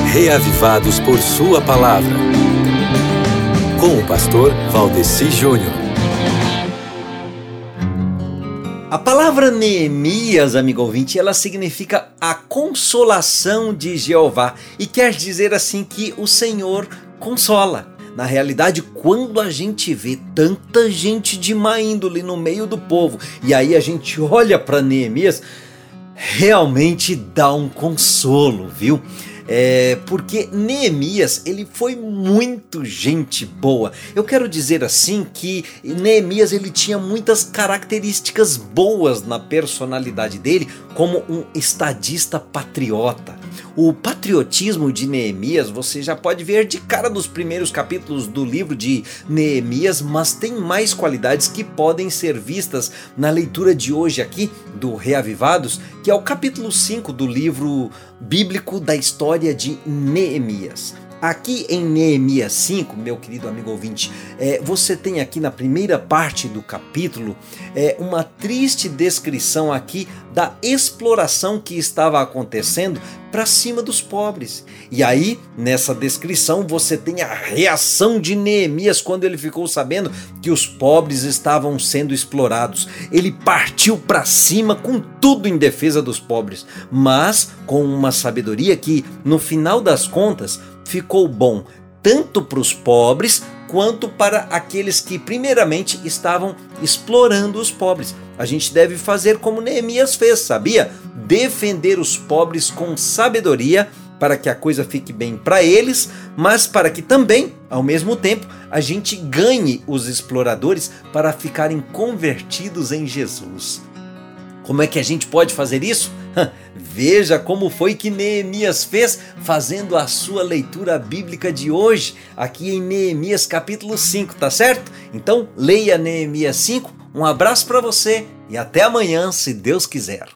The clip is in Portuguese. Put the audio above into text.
Reavivados por sua palavra. Com o pastor Valdeci Júnior. A palavra Neemias, amigo ouvinte, ela significa a consolação de Jeová e quer dizer assim que o Senhor consola. Na realidade, quando a gente vê tanta gente de má índole no meio do povo e aí a gente olha para Neemias, realmente dá um consolo, viu? Porque Neemias, ele foi muito gente boa. Eu quero dizer assim que Neemias, ele tinha muitas características boas na personalidade dele, como um estadista patriota. O patriotismo de Neemias você já pode ver de cara nos primeiros capítulos do livro de Neemias, mas tem mais qualidades que podem ser vistas na leitura de hoje aqui do Reavivados, que é o capítulo 5 do livro bíblico da história de Neemias. Aqui em Neemias 5, meu querido amigo ouvinte, você tem aqui na primeira parte do capítulo uma triste descrição aqui da exploração que estava acontecendo para cima dos pobres. E aí, nessa descrição, você tem a reação de Neemias quando ele ficou sabendo que os pobres estavam sendo explorados. Ele partiu para cima com tudo em defesa dos pobres, mas com uma sabedoria que, no final das contas, ficou bom tanto para os pobres quanto para aqueles que primeiramente estavam explorando os pobres. A gente deve fazer como Neemias fez, sabia? Defender os pobres com sabedoria para que a coisa fique bem para eles, mas para que também, ao mesmo tempo, a gente ganhe os exploradores para ficarem convertidos em Jesus. Como é que a gente pode fazer isso? Veja como foi que Neemias fez fazendo a sua leitura bíblica de hoje, aqui em Neemias capítulo 5, tá certo? Então leia Neemias 5, um abraço para você e até amanhã, se Deus quiser.